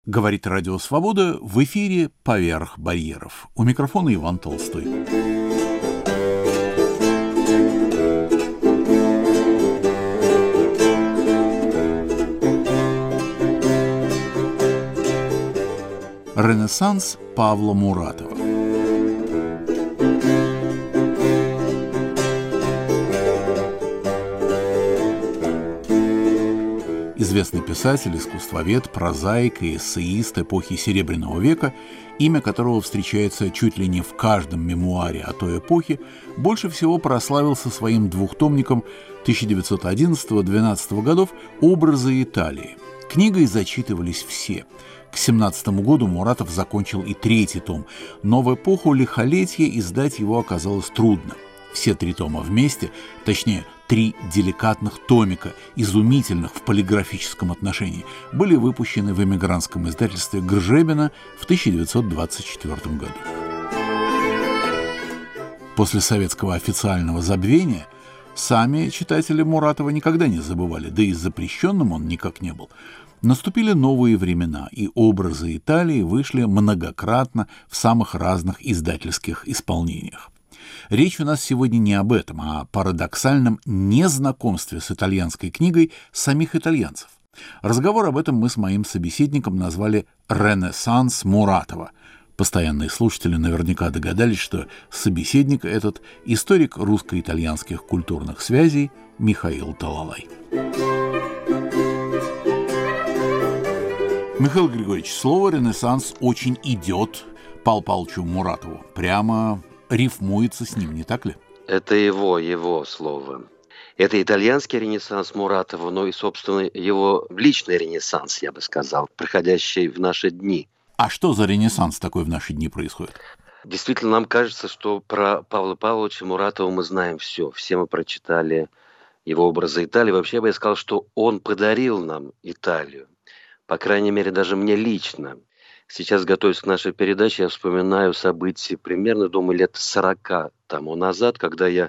Говорит Радио Свобода, в эфире «Поверх барьеров». У микрофона Иван Толстой. Ренессанс Павла Муратова. Известный писатель, искусствовед, прозаик и эссеист эпохи Серебряного века, имя которого встречается чуть ли не в каждом мемуаре о той эпохе, больше всего прославился своим двухтомником 1911-12 годов «Образы Италии». Книгой зачитывались все. К 1917 году Муратов закончил и третий том, но в эпоху лихолетия издать его оказалось трудно. Все три тома вместе, точнее, три деликатных томика, изумительных в полиграфическом отношении, были выпущены в эмигрантском издательстве Гржебина в 1924 году. После советского официального забвения сами читатели Муратова никогда не забывали, да и запрещенным он никак не был. Наступили новые времена, и «Образы Италии» вышли многократно в самых разных издательских исполнениях. Речь у нас сегодня не об этом, а о парадоксальном незнакомстве с итальянской книгой самих итальянцев. Разговор об этом мы с моим собеседником назвали «Ренессанс Муратова». Постоянные слушатели наверняка догадались, что собеседник этот – историк русско-итальянских культурных связей Михаил Талалай. Михаил Григорьевич, слово «ренессанс» очень идет Павлу Павловичу Муратову. Прямо рифмуется с ним, не так ли? Это его слово. Это итальянский ренессанс Муратова, но и, собственно, его личный ренессанс, я бы сказал, проходящий в наши дни. А что за ренессанс такой в наши дни происходит? Действительно, нам кажется, что про Павла Павловича Муратова мы знаем все. Все мы прочитали его «Образы Италии». Вообще, я бы сказал, что он подарил нам Италию. По крайней мере, даже мне лично. Сейчас, готовясь к нашей передаче, я вспоминаю события примерно, думаю, лет 40 тому назад, когда я,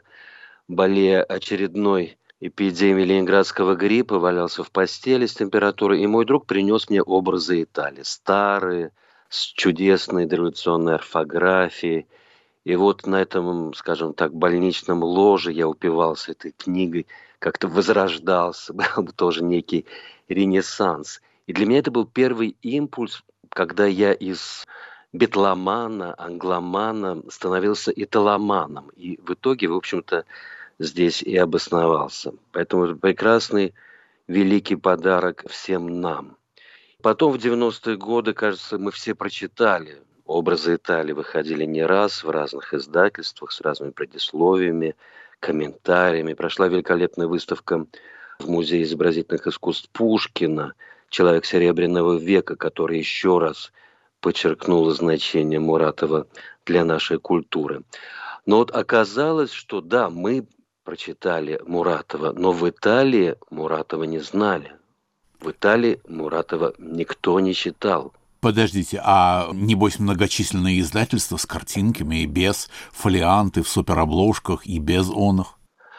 болея очередной эпидемией ленинградского гриппа, валялся в постели с температурой, и мой друг принес мне «Образы Италии», старые, с чудесной дореволюционной орфографией. И вот на этом, скажем так, больничном ложе я упивался этой книгой, как-то возрождался, был бы тоже некий ренессанс. И для меня это был первый импульс, когда я из бетломана, англомана становился италоманом. И в итоге, в общем-то, здесь и обосновался. Поэтому это прекрасный, великий подарок всем нам. Потом в 90-е годы, кажется, мы все прочитали «Образы Италии», выходили не раз в разных издательствах с разными предисловиями, комментариями. Прошла великолепная выставка в Музее изобразительных искусств Пушкина «Человек Серебряного века», который еще раз подчеркнул значение Муратова для нашей культуры. Но вот оказалось, что да, мы прочитали Муратова, но в Италии Муратова не знали. В Италии Муратова никто не читал. Подождите, а небось многочисленные издательства с картинками и без, фолианты в суперобложках и без оных?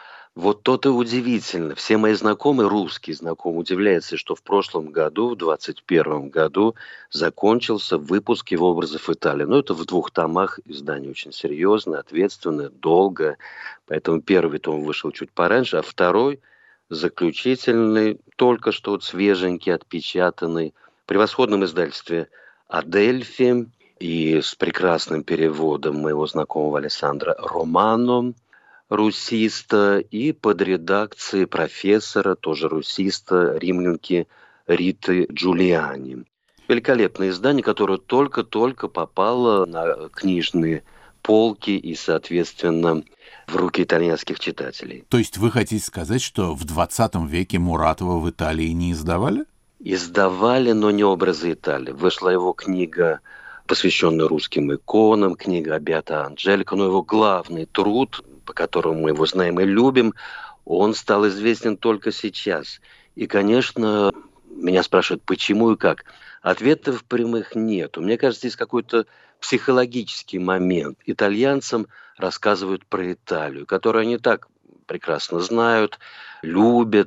Вот то-то удивительно. Все мои знакомые, русские знакомые, удивляются, что в прошлом году, в 2021 году, закончился выпуск его «Образов Италии». Но это в 2 томах, издание очень серьезное, ответственное, долгое. Поэтому первый том вышел чуть пораньше, а второй, заключительный, только что вот свеженький, отпечатанный, в превосходном издательстве «Адельфи» и с прекрасным переводом моего знакомого Алессандро Романо, русиста, и под редакцией профессора, тоже русиста, римлянки Риты Джулиани. Великолепное издание, которое только-только попало на книжные полки и, соответственно, в руки итальянских читателей. То есть вы хотите сказать, что в 20 веке Муратова в Италии не издавали? Издавали, но не «Образы Италии». Вышла его книга, посвященная русским иконам, книга «Беата Анджелика», но его главный труд, по которому мы его знаем и любим, он стал известен только сейчас. И, конечно, меня спрашивают, почему и как. Ответов прямых нет. Мне кажется, здесь какой-то психологический момент. Итальянцам рассказывают про Италию, которую они так прекрасно знают, любят,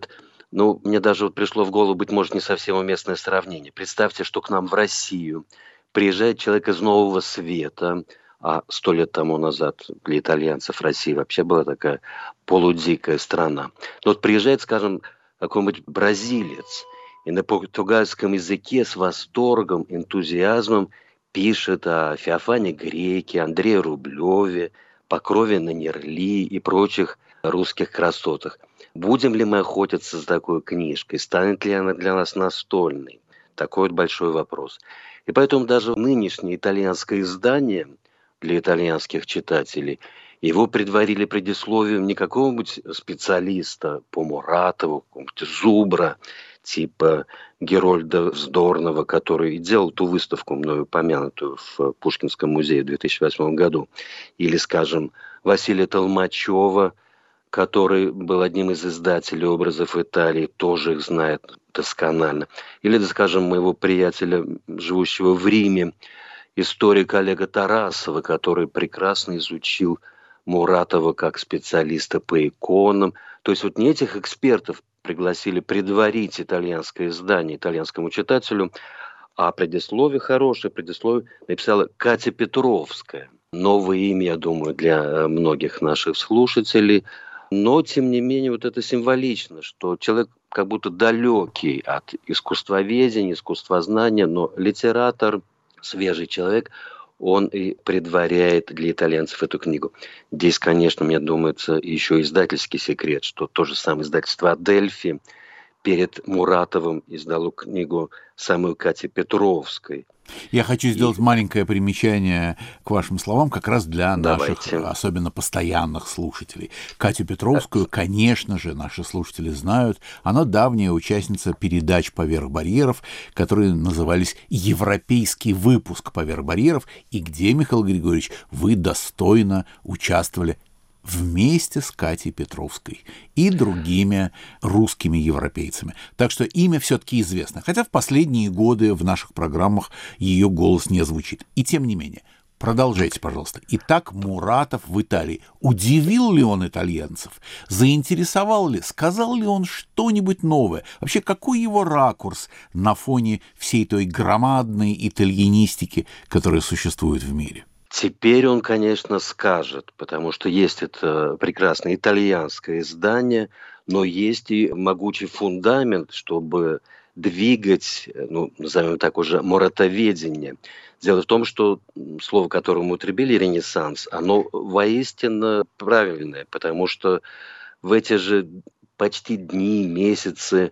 Ну, мне даже вот пришло в голову, быть может, не совсем уместное сравнение. Представьте, что к нам в Россию приезжает человек из Нового Света, а 100 лет тому назад для итальянцев Россия вообще была такая полудикая страна. Но вот приезжает, скажем, какой-нибудь бразилец и на португальском языке с восторгом, энтузиазмом пишет о Феофане Греке, Андрее Рублеве, Покрове на Нерли и прочих русских красотах. Будем ли мы охотиться за такой книжкой? Станет ли она для нас настольной? Такой вот большой вопрос. И поэтому даже нынешнее итальянское издание для итальянских читателей, его предварили предисловием не какого-нибудь специалиста по Муратову, какого-нибудь зубра, типа Герольда Вздорнова, который делал ту выставку, мною упомянутую в Пушкинском музее в 2008 году, или, скажем, Василия Толмачева, который был одним из издателей образов Италии, тоже их знает досконально. Или, скажем, моего приятеля, живущего в Риме, историка Олега Тарасова, который прекрасно изучил Муратова как специалиста по иконам. То есть вот не этих экспертов пригласили предварить итальянское издание итальянскому читателю, а предисловие хорошее, предисловие написала Катя Петровская. Новое имя, я думаю, для многих наших слушателей. Но, тем не менее, вот это символично, что человек как будто далекий от искусствоведения, искусствознания, но литератор, свежий человек, он и предваряет для итальянцев эту книгу. Здесь, конечно, мне думается, еще издательский секрет, что то же самое издательство «Адельфи» перед Муратовым издало книгу самую Кати Петровской. Я хочу сделать маленькое примечание к вашим словам как раз для наших, Давайте. особенно постоянных слушателей. Катю Петровскую, конечно же, наши слушатели знают. Она давняя участница передач «Поверх барьеров», которые назывались «Европейский выпуск поверх барьеров», и где, Михаил Григорьевич, вы достойно участвовали вместе с Катей Петровской и другими русскими европейцами. Так что имя все-таки известно, хотя в последние годы в наших программах ее голос не звучит. И тем не менее, продолжайте, пожалуйста. Итак, Муратов в Италии. Удивил ли он итальянцев? Заинтересовал ли? Сказал ли он что-нибудь новое? Вообще, какой его ракурс на фоне всей той громадной итальянистики, которая существует в мире? Теперь он, конечно, скажет, потому что есть это прекрасное итальянское издание, но есть и могучий фундамент, чтобы двигать, ну, назовем так уже, муратоведение. Дело в том, что слово, которое мы употребили, «ренессанс», оно воистину правильное, потому что в эти же почти дни, месяцы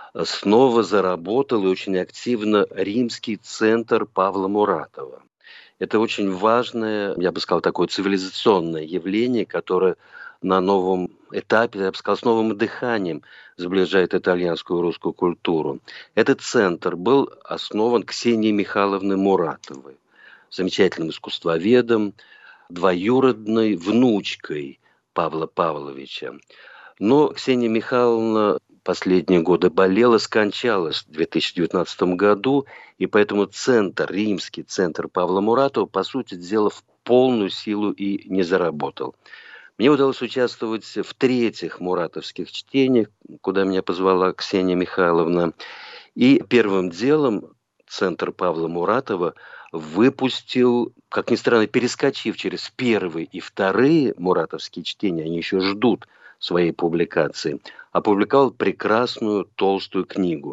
снова заработал и очень активно римский центр Павла Муратова. Это очень важное, я бы сказал, такое цивилизационное явление, которое на новом этапе, я бы сказал, с новым дыханием сближает итальянскую и русскую культуру. Этот центр был основан Ксенией Михайловной Муратовой, замечательным искусствоведом, двоюродной внучкой Павла Павловича. Но Ксения Михайловна последние годы болела, скончалась в 2019 году, и поэтому центр, римский центр Павла Муратова, по сути дела, в полную силу и не заработал. Мне удалось участвовать в 3-х муратовских чтениях, куда меня позвала Ксения Михайловна. И первым делом центр Павла Муратова выпустил, как ни странно, перескочив через 1-й и 2-е муратовские чтения, они еще ждут своей публикации, опубликовал прекрасную толстую книгу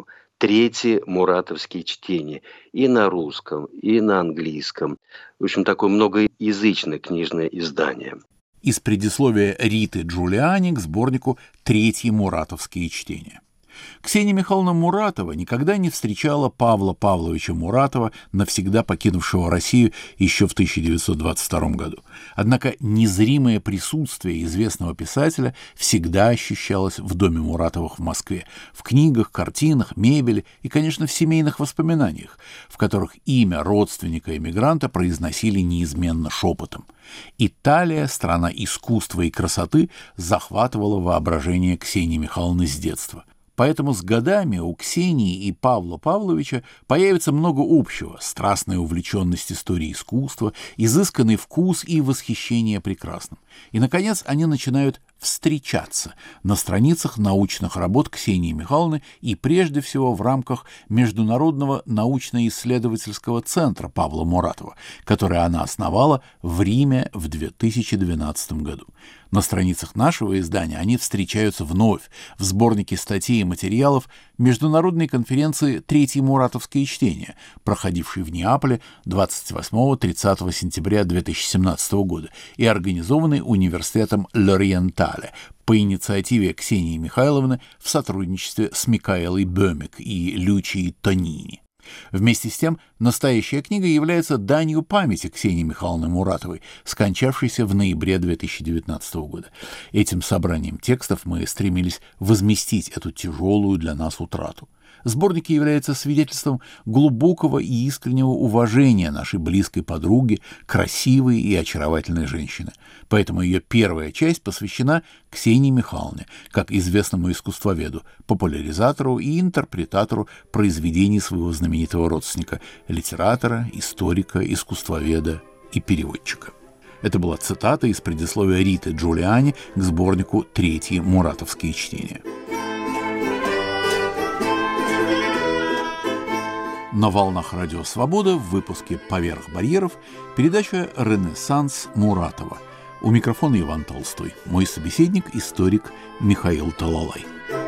«3 муратовские чтения» и на русском, и на английском. В общем, такое многоязычное книжное издание. Из предисловия Риты Джулиани к сборнику «3 муратовские чтения». Ксения Михайловна Муратова никогда не встречала Павла Павловича Муратова, навсегда покинувшего Россию еще в 1922 году. Однако незримое присутствие известного писателя всегда ощущалось в доме Муратовых в Москве, в книгах, картинах, мебели и, конечно, в семейных воспоминаниях, в которых имя родственника-эмигранта произносили неизменно шепотом. Италия, страна искусства и красоты, захватывала воображение Ксении Михайловны с детства. Поэтому с годами у Ксении и Павла Павловича появится много общего: страстная увлеченность историей искусства, изысканный вкус и восхищение прекрасным. И, наконец, они начинают встречаться на страницах научных работ Ксении Михайловны и прежде всего в рамках Международного научно-исследовательского центра Павла Муратова, который она основала в Риме в 2012 году. На страницах нашего издания они встречаются вновь в сборнике статей и материалов Международной конференции «Третье Муратовское чтение», проходившей в Неаполе 28-30 сентября 2017 года и организованной университетом Л'Ориентале по инициативе Ксении Михайловны в сотрудничестве с Микаэлой Бёмик и Лючией Тонини. Вместе с тем, настоящая книга является данью памяти Ксении Михайловны Муратовой, скончавшейся в ноябре 2019 года. Этим собранием текстов мы стремились возместить эту тяжелую для нас утрату. Сборник является свидетельством глубокого и искреннего уважения нашей близкой подруги, красивой и очаровательной женщины. Поэтому ее первая часть посвящена Ксении Михайловне, как известному искусствоведу, популяризатору и интерпретатору произведений своего знаменитого родственника, литератора, историка, искусствоведа и переводчика. Это была цитата из предисловия Риты Джулиани к сборнику «Третье Муратовские чтения». На волнах Радио Свобода в выпуске «Поверх барьеров» передача «Ренессанс Муратова». У микрофона Иван Толстой. Мой собеседник – историк Михаил Талалай.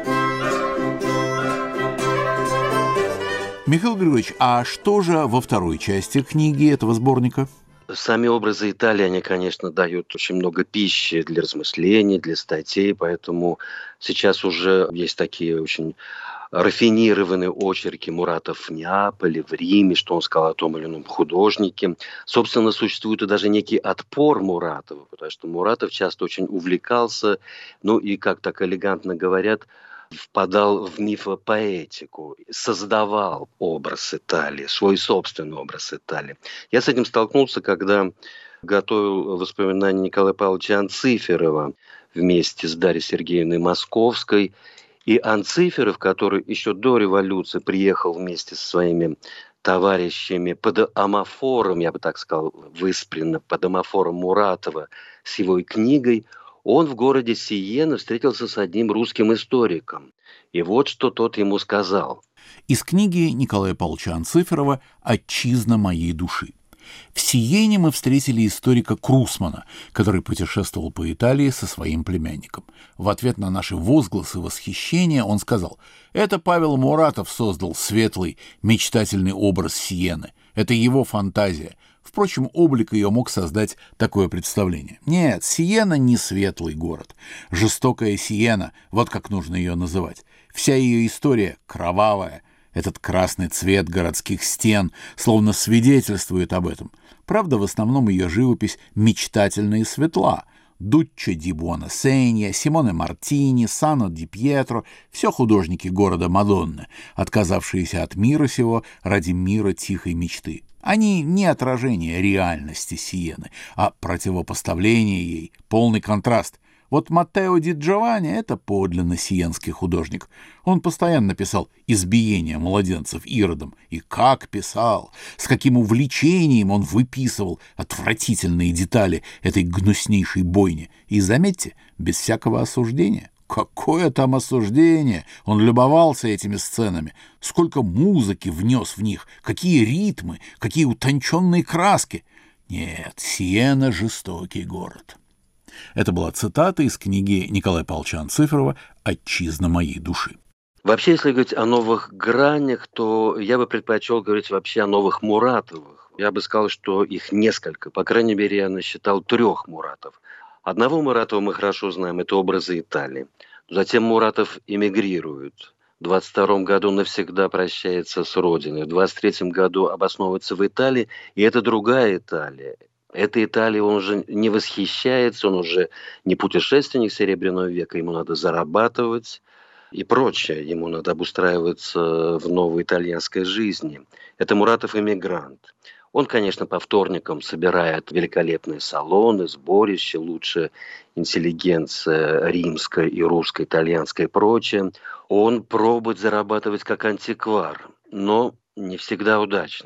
Михаил Григорьевич, а что же во второй части книги этого сборника? Сами образы Италии, они, конечно, дают очень много пищи для размышлений, для статей, поэтому сейчас уже есть такие очень рафинированные очерки Муратов в Неаполе, в Риме, что он сказал о том или ином художнике. Собственно, существует и даже некий отпор Муратова, потому что Муратов часто очень увлекался, ну и, как так элегантно говорят, впадал в мифопоэтику, создавал образ Италии, свой собственный образ Италии. Я с этим столкнулся, когда готовил воспоминания Николая Павловича Анциферова вместе с Дарьей Сергеевной Московской. И Анциферов, который еще до революции приехал вместе со своими товарищами под амафором, я бы так сказал, выспренно, под амафором Муратова с его книгой, он в городе Сиена встретился с одним русским историком. И вот что тот ему сказал. Из книги Николая Павловича Анциферова «Отчизна моей души». В Сиене мы встретили историка Крусмана, который путешествовал по Италии со своим племянником. В ответ на наши возгласы восхищения он сказал: «Это Павел Муратов создал светлый, мечтательный образ Сиены. Это его фантазия». Впрочем, облик ее мог создать такое представление. Нет, Сиена не светлый город. Жестокая Сиена, вот как нужно ее называть. Вся ее история кровавая. Этот красный цвет городских стен словно свидетельствует об этом. Правда, в основном ее живопись мечтательна и светла. Дуччо ди Буонасенья, Симоне Мартини, Сано ди Пьетро — все художники города Мадонны, отказавшиеся от мира сего ради мира тихой мечты. Они не отражение реальности Сиены, а противопоставление ей, полный контраст. Вот Маттео ди Джованни — это подлинно сиенский художник. Он постоянно писал избиение младенцев Иродом. И как писал! С каким увлечением он выписывал отвратительные детали этой гнуснейшей бойни. И, заметьте, без всякого осуждения. Какое там осуждение! Он любовался этими сценами. Сколько музыки внес в них, какие ритмы, какие утонченные краски. Нет, Сиена — жестокий город. Это была цитата из книги Николая Павловича Анциферова «Отчизна моей души». Вообще, если говорить о новых гранях, то я бы предпочел говорить вообще о новых Муратовых. Я бы сказал, что их несколько. По крайней мере, я насчитал 3 Муратов. Одного Муратова мы хорошо знаем, это образы Италии. Затем Муратов эмигрирует. В 22 году навсегда прощается с родиной. В 23 году обосновывается в Италии, и это другая Италия. Этой Италией он уже не восхищается, он уже не путешественник Серебряного века, ему надо зарабатывать и прочее, ему надо обустраиваться в новой итальянской жизни. Это Муратов-эмигрант. Он, конечно, по вторникам собирает великолепные салоны, сборища, лучшая интеллигенция римская и русская, итальянская и прочее. Он пробует зарабатывать как антиквар, но не всегда удачно.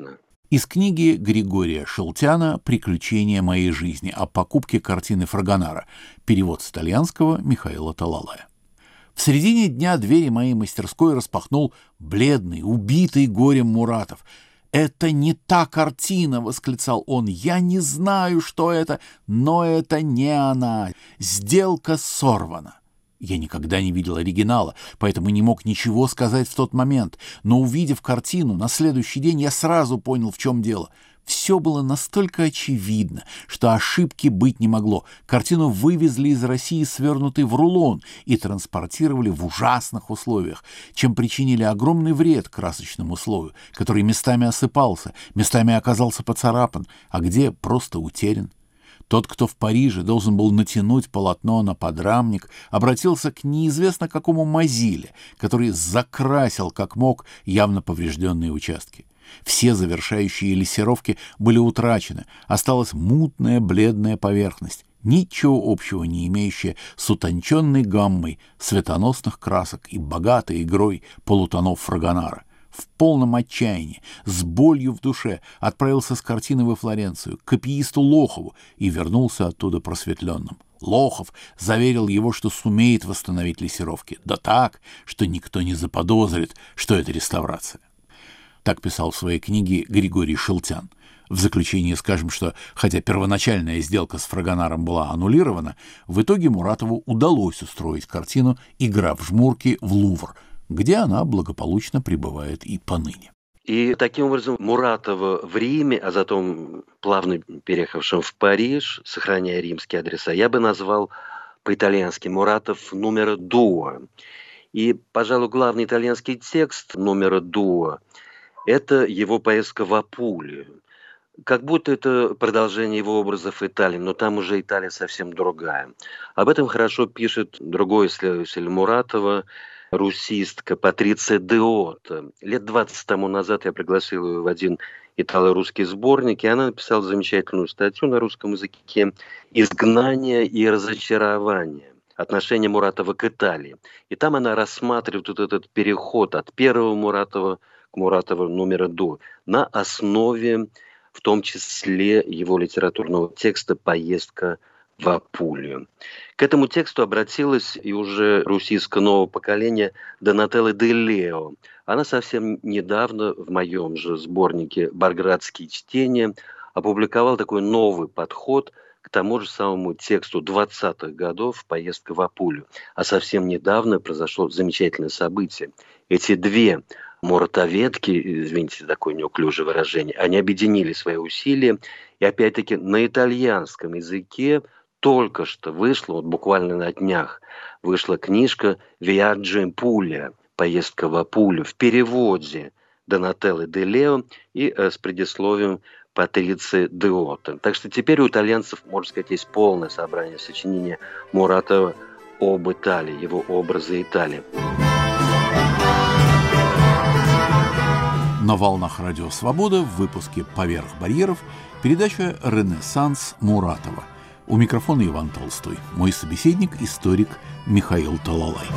Из книги Григория Шелтяна «Приключения моей жизни» о покупке картины Фрагонара. Перевод с итальянского Михаила Талалая. В середине дня двери моей мастерской распахнул бледный, убитый горем Муратов. «Это не та картина!» — восклицал он. «Я не знаю, что это, но это не она. Сделка сорвана». Я никогда не видел оригинала, поэтому не мог ничего сказать в тот момент. Но, увидев картину, на следующий день я сразу понял, в чем дело. Все было настолько очевидно, что ошибки быть не могло. Картину вывезли из России свернутой в рулон и транспортировали в ужасных условиях, чем причинили огромный вред красочному слою, который местами осыпался, местами оказался поцарапан, а где просто утерян. Тот, кто в Париже должен был натянуть полотно на подрамник, обратился к неизвестно какому мазиле, который закрасил как мог явно поврежденные участки. Все завершающие лессировки были утрачены, осталась мутная бледная поверхность, ничего общего не имеющая с утонченной гаммой светоносных красок и богатой игрой полутонов Фрагонара. В полном отчаянии, с болью в душе, отправился с картины во Флоренцию, к копиисту Лохову, и вернулся оттуда просветленным. Лохов заверил его, что сумеет восстановить лессировки, да так, что никто не заподозрит, что это реставрация. Так писал в своей книге Григорий Шелтян. В заключение скажем, что, хотя первоначальная сделка с Фрагонаром была аннулирована, в итоге Муратову удалось устроить картину «Игра в жмурки» в Лувр, где она благополучно пребывает и поныне. И таким образом Муратова в Риме, а затем плавно переехавшим в Париж, сохраняя римские адреса, я бы назвал по-итальянски Муратов номер дуо. И, пожалуй, главный итальянский текст номера дуо – это его поездка в Апулию. Как будто это продолжение его образов Италии, но там уже Италия совсем другая. Об этом хорошо пишет другой исследователь Муратова, русистка Патриция Деотта. Лет 20 тому назад я пригласил ее в один итало-русский сборник, и она написала замечательную статью на русском языке «Изгнание и разочарование. Отношение Муратова к Италии». И там она рассматривает вот этот переход от первого Муратова к Муратову номера до на основе, в том числе, его литературного текста «Поездка в Апулию». К этому тексту обратилась и уже русистка нового поколения Донателла де Лео. Она совсем недавно в моем же сборнике «Болградские чтения» опубликовала такой новый подход к тому же самому тексту 20-х годов «Поездка в Апулию». А совсем недавно произошло замечательное событие. Эти две муратоветки, извините за такое неуклюжее выражение, они объединили свои усилия, и опять-таки на итальянском языке только что вышла, вот буквально на днях, вышла книжка «Viaggio in Puglia», «Поездка в Апулию», в переводе Донателлы де Лео и с предисловием Патриции Деотта. Так что теперь у итальянцев, можно сказать, есть полное собрание сочинения Муратова об Италии, его образы Италии. На волнах Радио Свобода в выпуске «Поверх барьеров» передача «Ренессанс Муратова». У микрофона Иван Толстой. Мой собеседник – историк Михаил Талалай.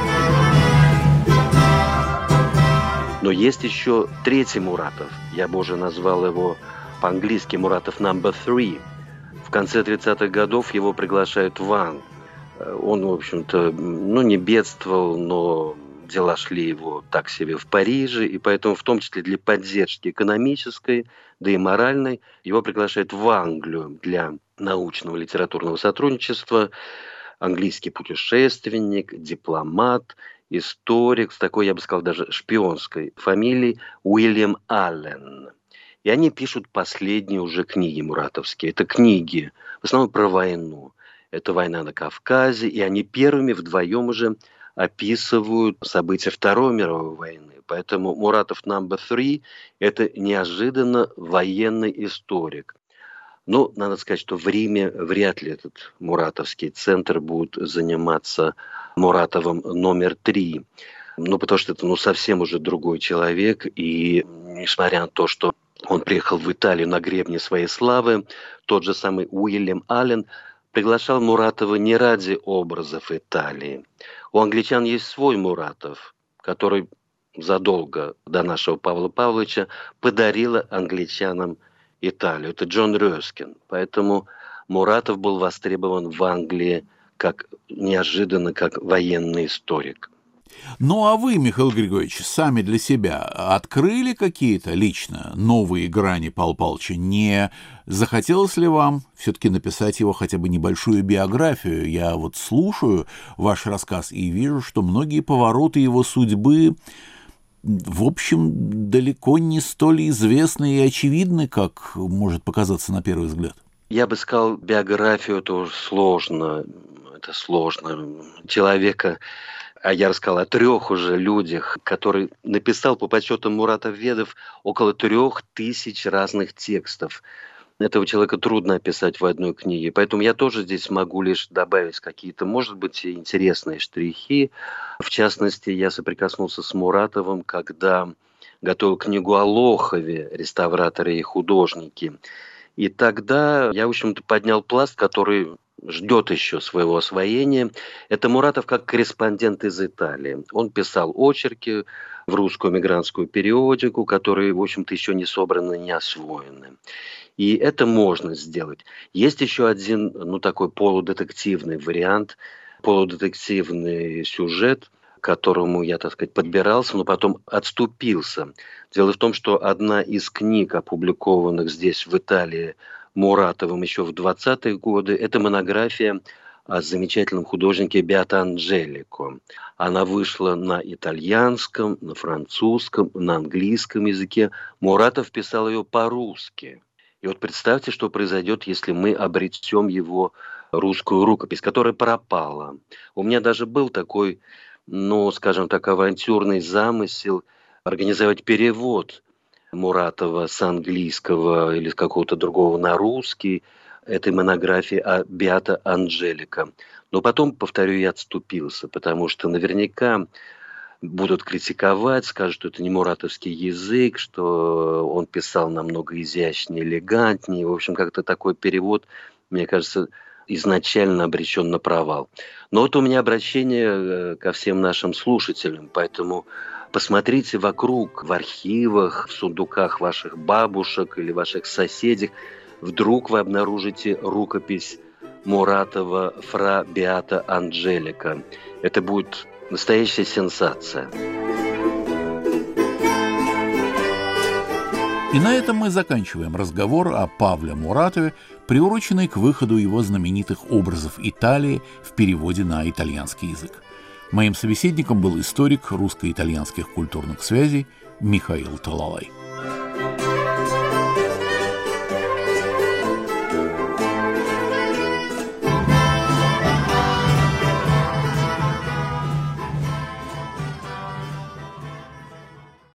Но есть еще третий Муратов. Я бы уже назвал его по-английски Муратов number 3. В конце 30-х годов его приглашают в Англию. Он, в общем-то, не бедствовал, но дела шли его так себе в Париже, и поэтому, в том числе для поддержки экономической, да и моральной, его приглашают в Англию для научного литературного сотрудничества. Английский путешественник, дипломат, историк с такой, я бы сказал, даже шпионской фамилией Уильям Аллен. И они пишут последние уже книги муратовские. Это книги в основном про войну. Это война на Кавказе, и они первыми вдвоем уже описывают события Второй мировой войны. Поэтому Муратов number 3 – это неожиданно военный историк. Но надо сказать, что в Риме вряд ли этот муратовский центр будет заниматься Муратовым номер 3. Потому что это совсем уже другой человек. И несмотря на то, что он приехал в Италию на гребне своей славы, тот же самый Уильям Аллен приглашал Муратова не ради образов Италии. У англичан есть свой Муратов, который задолго до нашего Павла Павловича подарила англичанам Италию. Это Джон Рёскин. Поэтому Муратов был востребован в Англии неожиданно как военный историк. Ну а вы, Михаил Григорьевич, сами для себя открыли какие-то лично новые грани Павла Павловича? Не захотелось ли вам все-таки написать его хотя бы небольшую биографию? Я вот слушаю ваш рассказ и вижу, что многие повороты его судьбы, в общем, далеко не столь известны и очевидны, как может показаться на первый взгляд. Я бы сказал, биографию это уж сложно. Это сложно. Человека, а я рассказал о 3 уже людях, который написал по подсчетам Муратов-Ведов около 3000 разных текстов. Этого человека трудно описать в одной книге. Поэтому я тоже здесь могу лишь добавить какие-то, может быть, интересные штрихи. В частности, я соприкоснулся с Муратовым, когда готовил книгу о Лохове, реставраторы и художники. И тогда я, в общем-то, поднял пласт, который ждет еще своего освоения. Это Муратов как корреспондент из Италии. Он писал очерки в русскую мигрантскую периодику, которые, в общем-то, еще не собраны, не освоены. И это можно сделать. Есть еще один, такой полудетективный вариант, полудетективный сюжет, к которому я, так сказать, подбирался, но потом отступился. Дело в том, что одна из книг, опубликованных здесь, в Италии, Муратовым еще в 20-е годы, это монография о замечательном художнике Беато Анджелико. Она вышла на итальянском, на французском, на английском языке. Муратов писал ее по-русски. И вот представьте, что произойдет, если мы обретем его русскую рукопись, которая пропала. У меня даже был такой, скажем так, авантюрный замысел организовать перевод Муратова с английского или с какого-то другого на русский этой монографии о Беато Анджелико. Но потом, повторю, я отступился, потому что наверняка будут критиковать, скажут, что это не муратовский язык, что он писал намного изящнее, элегантнее. В общем, как-то такой перевод, мне кажется, изначально обречен на провал. Но вот у меня обращение ко всем нашим слушателям, поэтому посмотрите вокруг, в архивах, в сундуках ваших бабушек или ваших соседей. Вдруг вы обнаружите рукопись Муратова «Фра Беато Анджелико». Это будет настоящая сенсация. И на этом мы заканчиваем разговор о Павле Муратове, приуроченный к выходу его знаменитых образов Италии в переводе на итальянский язык. Моим собеседником был историк русско-итальянских культурных связей Михаил Талалай.